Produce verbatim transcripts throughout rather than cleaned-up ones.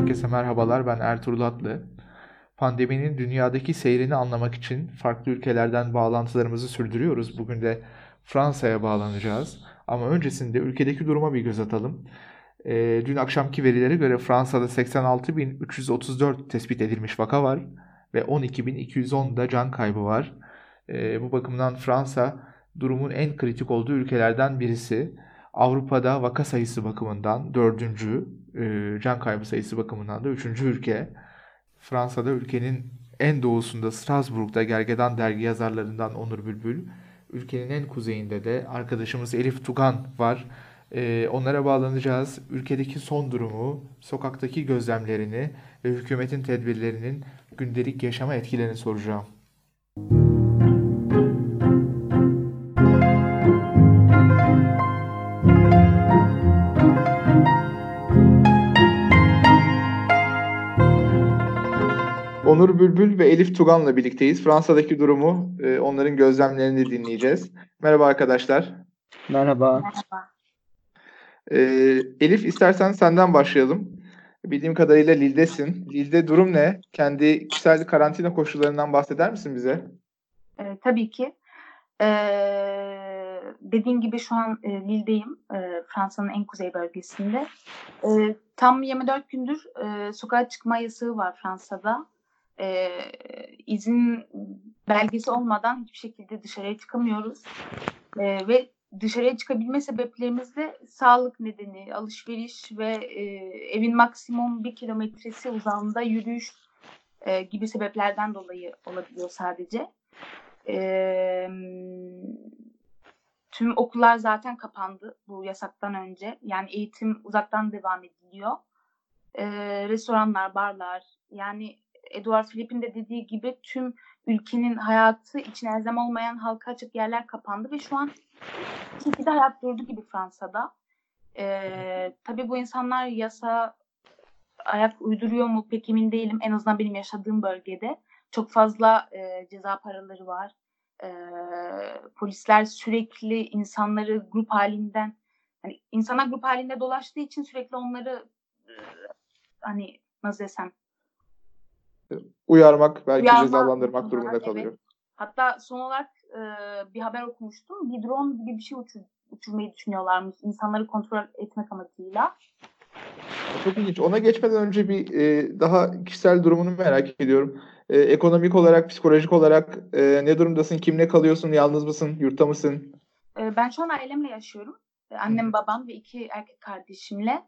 Herkese merhabalar, ben Ertuğrul Atlı. Pandeminin dünyadaki seyrini anlamak için farklı ülkelerden bağlantılarımızı sürdürüyoruz. Bugün de Fransa'ya bağlanacağız. Ama öncesinde ülkedeki duruma bir göz atalım. Ee, dün akşamki verilere göre Fransa'da seksen altı bin üç yüz otuz dört tespit edilmiş vaka var ve on iki bin iki yüz on da can kaybı var. Ee, bu bakımdan Fransa durumun en kritik olduğu ülkelerden birisi. Avrupa'da vaka sayısı bakımından dördüncü, e, can kaybı sayısı bakımından da üçüncü ülke. Fransa'da ülkenin en doğusunda Strasbourg'da Gergedan dergi yazarlarından Onur Bülbül, ülkenin en kuzeyinde de arkadaşımız Elif Tugan var. E, onlara bağlanacağız. Ülkedeki son durumu, sokaktaki gözlemlerini ve hükümetin tedbirlerinin gündelik yaşama etkilerini soracağım. Onur Bülbül ve Elif Tugan'la birlikteyiz. Fransa'daki durumu, e, onların gözlemlerini dinleyeceğiz. Merhaba arkadaşlar. Merhaba. Merhaba. E, Elif, istersen senden başlayalım. Bildiğim kadarıyla Lille'desin. Lille'de durum ne? Kendi kişisel karantina koşullarından bahseder misin bize? E, tabii ki. E, dediğin gibi şu an e, Lille'deyim. E, Fransa'nın en kuzey bölgesinde. E, tam yirmi dört gündür e, sokağa çıkma yasağı var Fransa'da. E, izin belgesi olmadan hiçbir şekilde dışarıya çıkamıyoruz. E, ve dışarıya çıkabilme sebeplerimiz de sağlık nedeni, alışveriş ve e, evin maksimum bir kilometresi uzağında yürüyüş e, gibi sebeplerden dolayı olabiliyor sadece. E, tüm okullar zaten kapandı bu yasaktan önce. Yani eğitim uzaktan devam ediliyor. E, restoranlar, barlar, yani Edouard Philippe'in de dediği gibi tüm ülkenin hayatı için elzem olmayan halka açık yerler kapandı ve şu an bir şekilde hayat durdu gibi Fransa'da. Ee, tabii bu insanlar yasa ayak uyduruyor mu pek emin değilim. En azından benim yaşadığım bölgede çok fazla e, ceza paraları var. E, polisler sürekli insanları grup halinden, hani insanlar grup halinde dolaştığı için sürekli onları e, hani nasıl desem Uyarmak, belki uyarma cezalandırmak durumunda evet. kalıyor. Hatta son olarak e, bir haber okumuştum. Bir drone gibi bir şey uçur, uçurmayı düşünüyorlarmış. İnsanları kontrol etmek amacıyla. Çok ilginç. Ona geçmeden önce bir e, daha kişisel durumunu merak ediyorum. E, ekonomik olarak, psikolojik olarak e, ne durumdasın? Kimle kalıyorsun? Yalnız mısın? Yurtta mısın? E, ben şu an ailemle yaşıyorum. E, annem, babam ve iki erkek kardeşimle.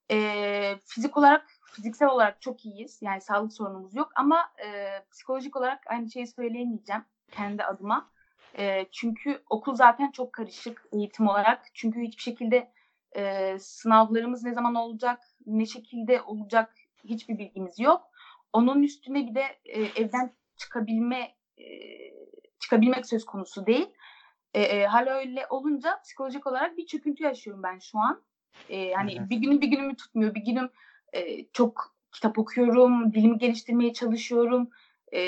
E, fizik olarak, fiziksel olarak çok iyiyiz. Yani sağlık sorunumuz yok. Ama e, psikolojik olarak aynı şeyi söyleyemeyeceğim kendi adıma. E, çünkü okul zaten çok karışık eğitim olarak. Çünkü hiçbir şekilde e, sınavlarımız ne zaman olacak, ne şekilde olacak hiçbir bilgimiz yok. Onun üstüne bir de e, evden çıkabilme e, çıkabilmek söz konusu değil. E, e, hal öyle olunca psikolojik olarak bir çöküntü yaşıyorum ben şu an. E, yani bir günüm bir günümü tutmuyor. Bir günüm e, çok kitap okuyorum, dilimi geliştirmeye çalışıyorum, e,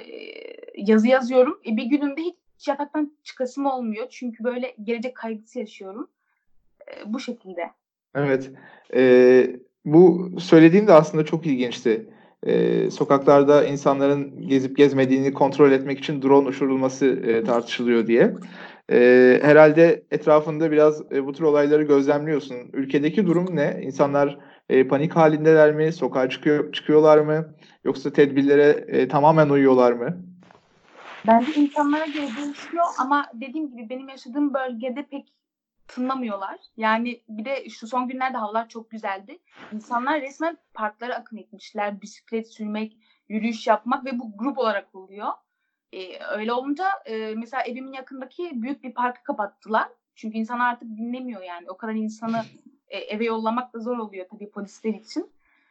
yazı yazıyorum. E, bir günümde hiç yataktan çıkasım olmuyor. Çünkü böyle gelecek kaygısı yaşıyorum. E, bu şekilde. Evet. E, bu söylediğin de aslında çok ilginçti. E, sokaklarda insanların gezip gezmediğini kontrol etmek için drone uçurulması e, tartışılıyor diye. E, herhalde etrafında biraz e, bu tür olayları gözlemliyorsun. Ülkedeki durum ne? İnsanlar e, panik halindeler mi? Sokağa çıkıyor, çıkıyorlar mı? Yoksa tedbirlere e, tamamen uyuyorlar mı? Bence insanlara göre değişiyor ama dediğim gibi benim yaşadığım bölgede pek tınlamıyorlar. Yani bir de şu son günlerde havalar çok güzeldi. İnsanlar resmen parklara akın etmişler. Bisiklet sürmek, yürüyüş yapmak ve bu grup olarak oluyor. Ee, öyle olunca e, mesela evimin yakındaki büyük bir parkı kapattılar. Çünkü insanlar artık dinlemiyor yani. O kadar insanı e, eve yollamak da zor oluyor tabii polisler için.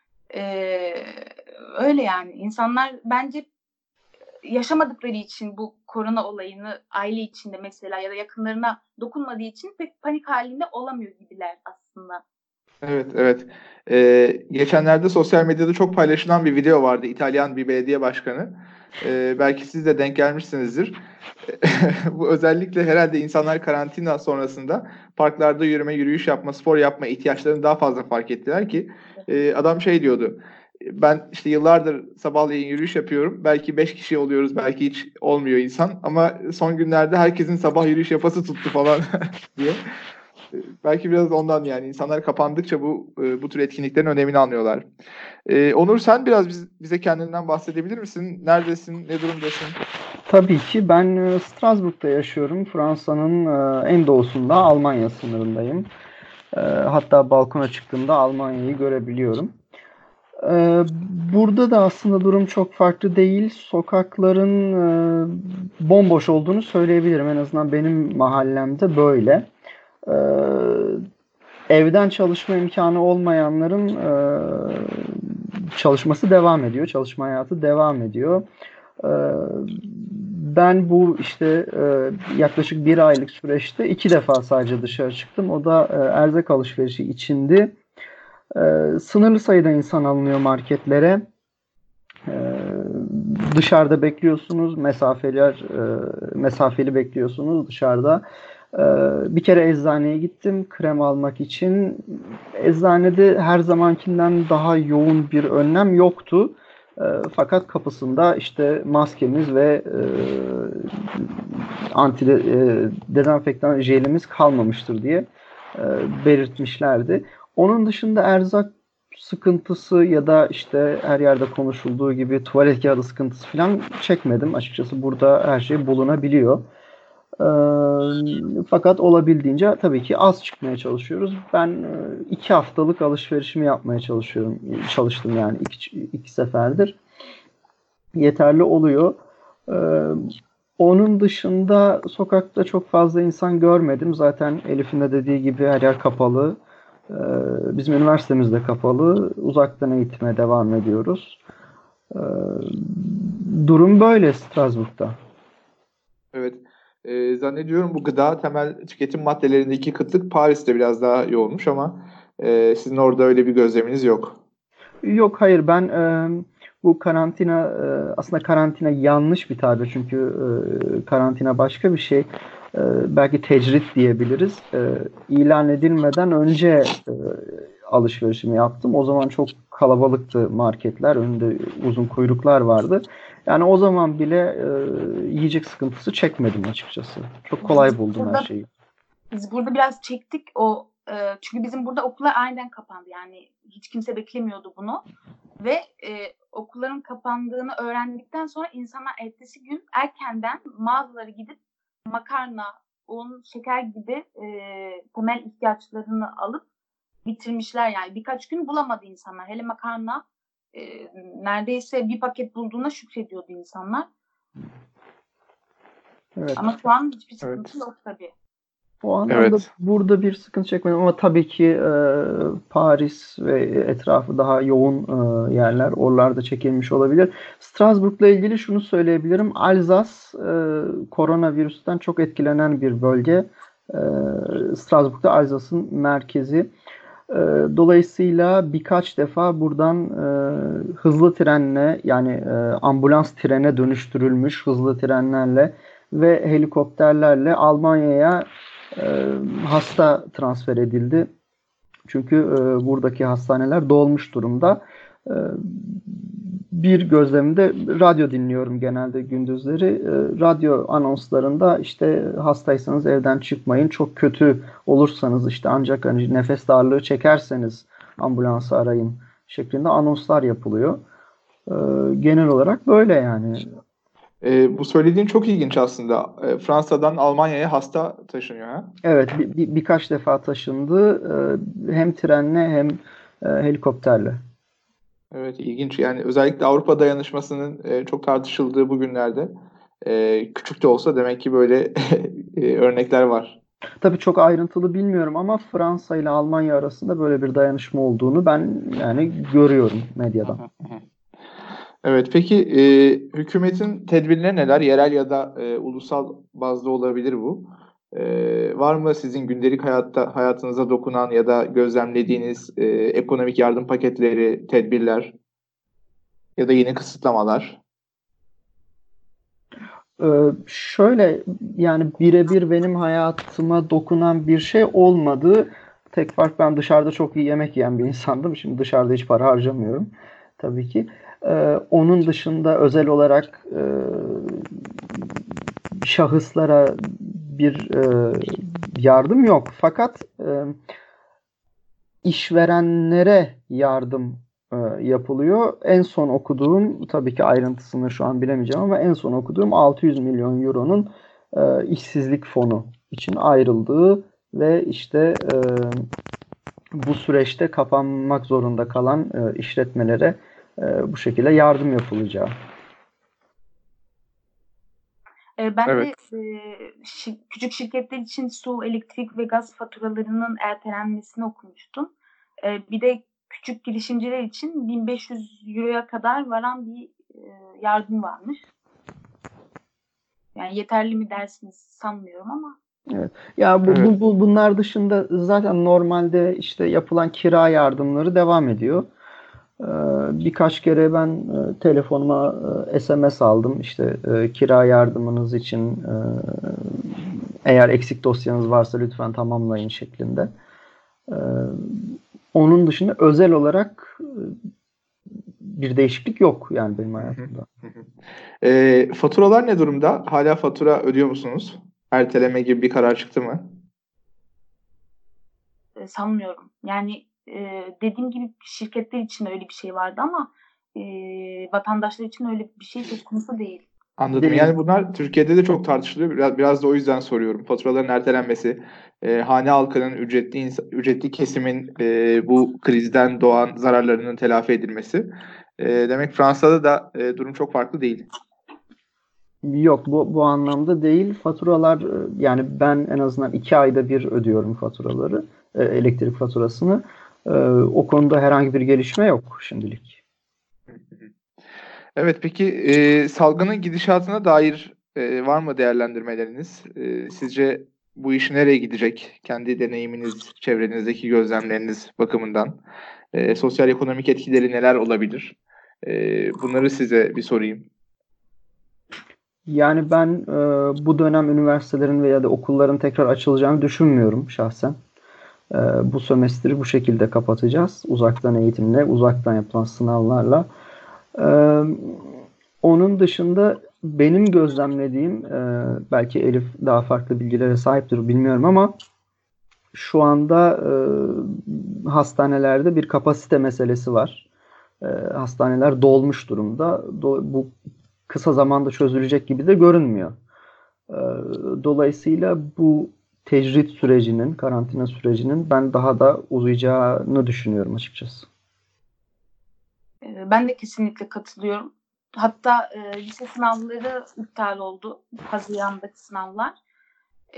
Ee, öyle yani. İnsanlar bence yaşamadıkları için bu korona olayını aile içinde mesela ya da yakınlarına dokunmadığı için pek panik halinde olamıyor gibiler aslında. Evet, evet. Ee, geçenlerde sosyal medyada çok paylaşılan bir video vardı. İtalyan bir belediye başkanı. Ee, belki siz de denk gelmişsinizdir. Bu özellikle herhalde insanlar karantina sonrasında parklarda yürüme, yürüyüş yapma, spor yapma ihtiyaçlarını daha fazla fark ettiler ki e, adam şey diyordu. Ben işte yıllardır sabahleyin yürüyüş yapıyorum. Belki beş kişi oluyoruz, belki hiç olmuyor insan. Ama son günlerde herkesin sabah yürüyüş yapası tuttu falan diye. Belki biraz ondan, yani insanlar kapandıkça bu bu tür etkinliklerin önemini anlıyorlar. Ee, Onur, sen biraz biz, bize kendinden bahsedebilir misin? Neredesin, ne durumdasın? Tabii ki ben Strasbourg'da yaşıyorum. Fransa'nın en doğusunda, Almanya sınırındayım. Hatta balkona çıktığımda Almanya'yı görebiliyorum. Burada da aslında durum çok farklı değil. Sokakların bomboş olduğunu söyleyebilirim. En azından benim mahallemde böyle. Evden çalışma imkanı olmayanların çalışması devam ediyor. Çalışma hayatı devam ediyor. Ben bu işte yaklaşık bir aylık süreçte iki defa sadece dışarı çıktım. O da erzak alışverişi içindi. Sınırlı sayıda insan alınıyor marketlere. Dışarıda bekliyorsunuz. Mesafeler, mesafeli bekliyorsunuz dışarıda. Bir kere eczaneye gittim krem almak için. Eczanede her zamankinden daha yoğun bir önlem yoktu. Fakat kapısında işte maskemiz ve e, anti e, dezenfektan jelimiz kalmamıştır diye e, belirtmişlerdi. Onun dışında erzak sıkıntısı ya da işte her yerde konuşulduğu gibi tuvalet kağıdı sıkıntısı falan çekmedim. Açıkçası burada her şey bulunabiliyor. E, fakat olabildiğince tabii ki az çıkmaya çalışıyoruz. Ben iki haftalık alışverişimi yapmaya çalışıyorum. Çalıştım yani iki, iki seferdir. Yeterli oluyor. E, onun dışında sokakta çok fazla insan görmedim. Zaten Elif'in de dediği gibi her yer kapalı. E, bizim üniversitemiz de kapalı. Uzaktan eğitime devam ediyoruz. E, durum böyle Strasbourg'da. Evet. Ee, zannediyorum bu gıda temel tüketim maddelerindeki kıtlık Paris'te biraz daha yoğunmuş ama e, sizin orada öyle bir gözleminiz yok. Yok, hayır, ben e, bu karantina e, aslında karantina yanlış bir tabir çünkü e, karantina başka bir şey. E, belki tecrit diyebiliriz. E, ilan edilmeden önce e, alışverişimi yaptım. O zaman çok kalabalıktı marketler, önünde uzun kuyruklar vardı. Yani o zaman bile e, yiyecek sıkıntısı çekmedim açıkçası. Çok kolay buldum her şeyi. Biz burada biraz çektik o e, çünkü bizim burada okullar aniden kapandı. Yani hiç kimse beklemiyordu bunu. Ve e, okulların kapandığını öğrendikten sonra insanlar ertesi gün erkenden mağazalara gidip makarna, un, şeker gibi e, temel ihtiyaçlarını alıp bitirmişler. Yani birkaç gün bulamadı insanlar. Hele makarna e, neredeyse bir paket bulduğuna şükrediyordu insanlar. Evet. Ama şu an hiçbir sıkıntı evet. yok tabii. O anlamda evet. Burada bir sıkıntı çekmedim ama tabii ki e, Paris ve etrafı daha yoğun e, yerler. Oralarda çekilmiş olabilir. Strasbourg'la ilgili şunu söyleyebilirim. Alsace e, koronavirüsten çok etkilenen bir bölge. E, Strasbourg'da Alsace'ın merkezi. E, dolayısıyla birkaç defa buradan e, hızlı trenle yani e, ambulans trene dönüştürülmüş hızlı trenlerle ve helikopterlerle Almanya'ya e, hasta transfer edildi. Çünkü e, buradaki hastaneler dolmuş durumda. E, bir gözlemde radyo dinliyorum genelde gündüzleri. E, radyo anonslarında işte hastaysanız evden çıkmayın. Çok kötü olursanız işte ancak hani nefes darlığı çekerseniz ambulansı arayın şeklinde anonslar yapılıyor. E, genel olarak böyle yani. E, bu söylediğin çok ilginç aslında. E, Fransa'dan Almanya'ya hasta taşınıyor ha? Evet, bir, bir, birkaç defa taşındı. E, hem trenle hem e, helikopterle. Evet, ilginç. Yani özellikle Avrupa dayanışmasının e, çok tartışıldığı bu günlerde e, küçük de olsa demek ki böyle e, örnekler var. Tabii çok ayrıntılı bilmiyorum ama Fransa ile Almanya arasında böyle bir dayanışma olduğunu ben yani görüyorum medyadan. Evet, peki e, hükümetin tedbirleri neler? Yerel ya da e, ulusal bazda olabilir bu. E, var mı sizin gündelik hayatta hayatınıza dokunan ya da gözlemlediğiniz e, ekonomik yardım paketleri, tedbirler ya da yeni kısıtlamalar? Ee, şöyle yani birebir benim hayatıma dokunan bir şey olmadı. Tek fark ben dışarıda çok iyi yemek yiyen bir insandım. Şimdi dışarıda hiç para harcamıyorum. tabii ki. Ee, onun dışında özel olarak e, şahıslara bir e, yardım yok. Fakat e, işverenlere yardım e, yapılıyor. En son okuduğum, tabii ki ayrıntısını şu an bilemeyeceğim ama en son okuduğum altı yüz milyon euronun e, işsizlik fonu için ayrıldığı ve işte e, bu süreçte kapanmak zorunda kalan e, işletmelere e, bu şekilde yardım yapılacağı. Ben Evet. de e, şi- küçük şirketler için su, elektrik ve gaz faturalarının ertelenmesini okumuştum. E, bir de küçük girişimciler için bin beş yüz euroya kadar varan bir e, yardım varmış. Yani yeterli mi dersiniz sanmıyorum ama. Evet. Ya bu, Evet. bu, bu bunlar dışında zaten normalde işte yapılan kira yardımları devam ediyor. Ee, birkaç kere ben e, telefonuma e, S M S aldım. İşte e, kira yardımınız için e, eğer eksik dosyanız varsa lütfen tamamlayın şeklinde. Ee, onun dışında özel olarak e, bir değişiklik yok yani benim hayatımda. E, faturalar ne durumda? Hala fatura ödüyor musunuz? Erteleme gibi bir karar çıktı mı? E, sanmıyorum. Yani e, dediğim gibi şirketler için öyle bir şey vardı ama e, vatandaşlar için öyle bir şey söz konusu değil. Anladım. Değil. Yani bunlar Türkiye'de de çok tartışılıyor. Biraz, biraz da o yüzden soruyorum. Faturaların ertelenmesi, e, hane halkının, ücretli ins- ücretli kesimin e, bu krizden doğan zararlarının telafi edilmesi. E, demek Fransa'da da e, durum çok farklı değil. Yok bu bu anlamda değil. Faturalar e, yani ben en azından iki ayda bir ödüyorum faturaları, e, elektrik faturasını. E, o konuda herhangi bir gelişme yok şimdilik. Evet, peki e, salgının gidişatına dair e, var mı değerlendirmeleriniz? E, sizce bu iş nereye gidecek? Kendi deneyiminiz, çevrenizdeki gözlemleriniz bakımından e, sosyal ekonomik etkileri neler olabilir? E, bunları size bir sorayım. Yani ben e, bu dönem üniversitelerin veya da okulların tekrar açılacağını düşünmüyorum şahsen. E, bu sömestri bu şekilde kapatacağız. Uzaktan eğitimle, uzaktan yapılan sınavlarla. E, onun dışında benim gözlemlediğim, e, belki Elif daha farklı bilgilere sahiptir bilmiyorum ama şu anda e, hastanelerde bir kapasite meselesi var. E, hastaneler dolmuş durumda. Do- bu kısa zamanda çözülecek gibi de görünmüyor. E, dolayısıyla bu tecrit sürecinin, karantina sürecinin ben daha da uzayacağını düşünüyorum açıkçası. E, ben de kesinlikle katılıyorum. Hatta e, lise sınavları iptal oldu. Haziran'daki sınavlar. E,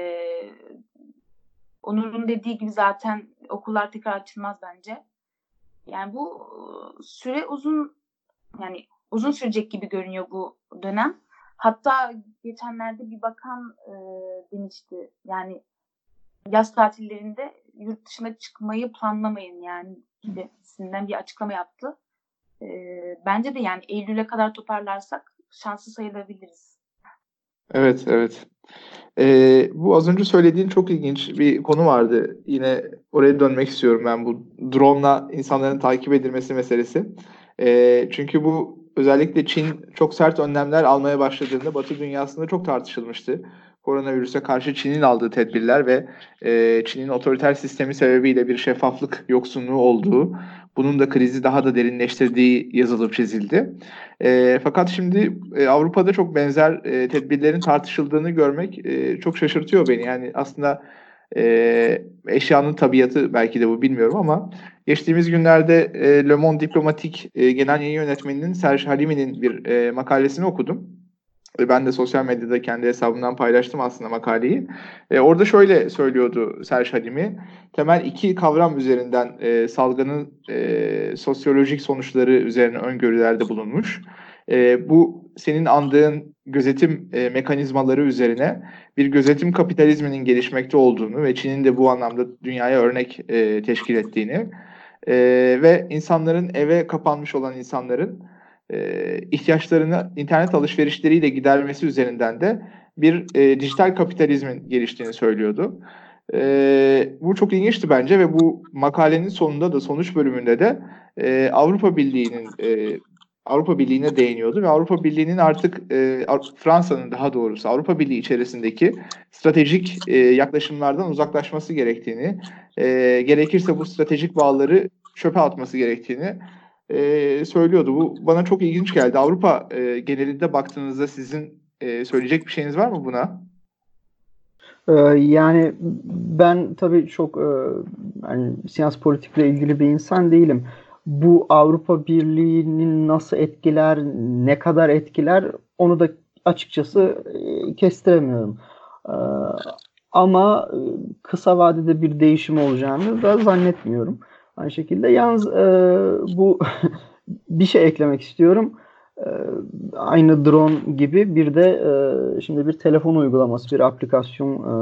Onur'un dediği gibi zaten okullar tekrar açılmaz bence. Yani bu süre uzun, yani uzun sürecek gibi görünüyor bu dönem. Hatta geçenlerde bir bakan e, demişti. Yani yaz tatillerinde yurt dışına çıkmayı planlamayın yani gibisinden bir açıklama yaptı. E, bence de yani Eylül'e kadar toparlarsak şanslı sayılabiliriz. Evet, evet. Ee, bu az önce söylediğin çok ilginç bir konu vardı. Yine oraya dönmek istiyorum ben, bu drone'la insanların takip edilmesi meselesi. Ee, çünkü bu özellikle Çin çok sert önlemler almaya başladığında Batı dünyasında çok tartışılmıştı. Koronavirüse karşı Çin'in aldığı tedbirler ve e, Çin'in otoriter sistemi sebebiyle bir şeffaflık yoksunluğu olduğu, bunun da krizi daha da derinleştirdiği yazılıp çizildi. E, fakat şimdi e, Avrupa'da çok benzer e, tedbirlerin tartışıldığını görmek e, çok şaşırtıyor beni. Yani aslında e, eşyanın tabiatı belki de bu, bilmiyorum ama geçtiğimiz günlerde e, Le Monde Diplomatique e, genel yayın yönetmeninin Serge Halimi'nin bir e, makalesini okudum. E, Ben de sosyal medyada kendi hesabımdan paylaştım aslında makaleyi. E, orada şöyle söylüyordu Serge Halimi: temel iki kavram üzerinden e, salgının e, sosyolojik sonuçları üzerine öngörülerde bulunmuş. E, bu senin andığın gözetim e, mekanizmaları üzerine bir gözetim kapitalizminin gelişmekte olduğunu ve Çin'in de bu anlamda dünyaya örnek e, teşkil ettiğini e, ve insanların, eve kapanmış olan insanların e, ihtiyaçlarını internet alışverişleriyle gidermesi üzerinden de bir e, dijital kapitalizmin geliştiğini söylüyordu. E, bu çok ilginçti bence ve bu makalenin sonunda da sonuç bölümünde de e, Avrupa Birliği'nin e, Avrupa Birliği'ne değiniyordu ve Avrupa Birliği'nin artık e, Fransa'nın daha doğrusu Avrupa Birliği içerisindeki stratejik e, yaklaşımlardan uzaklaşması gerektiğini, e, gerekirse bu stratejik bağları çöpe atması gerektiğini e, söylüyordu. Bu bana çok ilginç geldi. Avrupa e, genelinde baktığınızda sizin e, söyleyecek bir şeyiniz var mı buna? Ee, yani ben tabii çok e, yani siyasi politikle ilgili bir insan değilim. Bu Avrupa Birliği'nin nasıl etkiler, ne kadar etkiler onu da açıkçası e, kestiremiyorum. Ee, ama e, kısa vadede bir değişim olacağını da zannetmiyorum. Aynı şekilde yalnız e, bu bir şey eklemek istiyorum. E, aynı drone gibi bir de e, şimdi bir telefon uygulaması, bir aplikasyon e,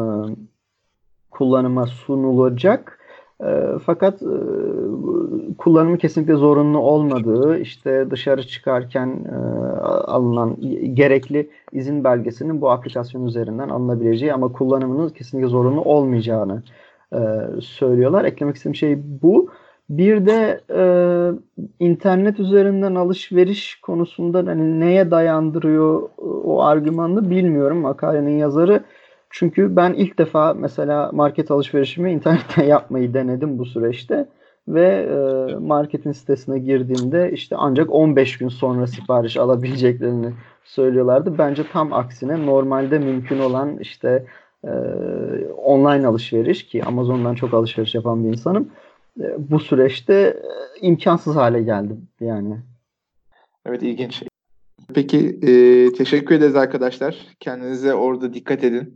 kullanıma sunulacak. E, fakat e, kullanımı kesinlikle zorunlu olmadığı, işte dışarı çıkarken e, alınan gerekli izin belgesinin bu aplikasyon üzerinden alınabileceği ama kullanımının kesinlikle zorunlu olmayacağını e, söylüyorlar. Eklemek istediğim şey bu. Bir de e, internet üzerinden alışveriş konusunda hani neye dayandırıyor o argümanını bilmiyorum makalenin yazarı. Çünkü ben ilk defa mesela market alışverişimi internetten yapmayı denedim bu süreçte ve e, marketin sitesine girdiğimde işte ancak on beş gün sonra sipariş alabileceklerini söylüyorlardı. Bence tam aksine normalde mümkün olan işte e, online alışveriş ki Amazon'dan çok alışveriş yapan bir insanım. E, bu süreçte e, imkansız hale geldi yani. Evet, ilginç. Peki e, teşekkür ederiz arkadaşlar. Kendinize orada dikkat edin.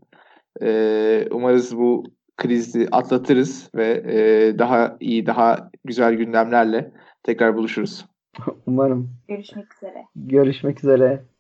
E, umarız bu krizi atlatırız ve e, daha iyi, daha güzel gündemlerle tekrar buluşuruz. Umarım. Görüşmek üzere. Görüşmek üzere.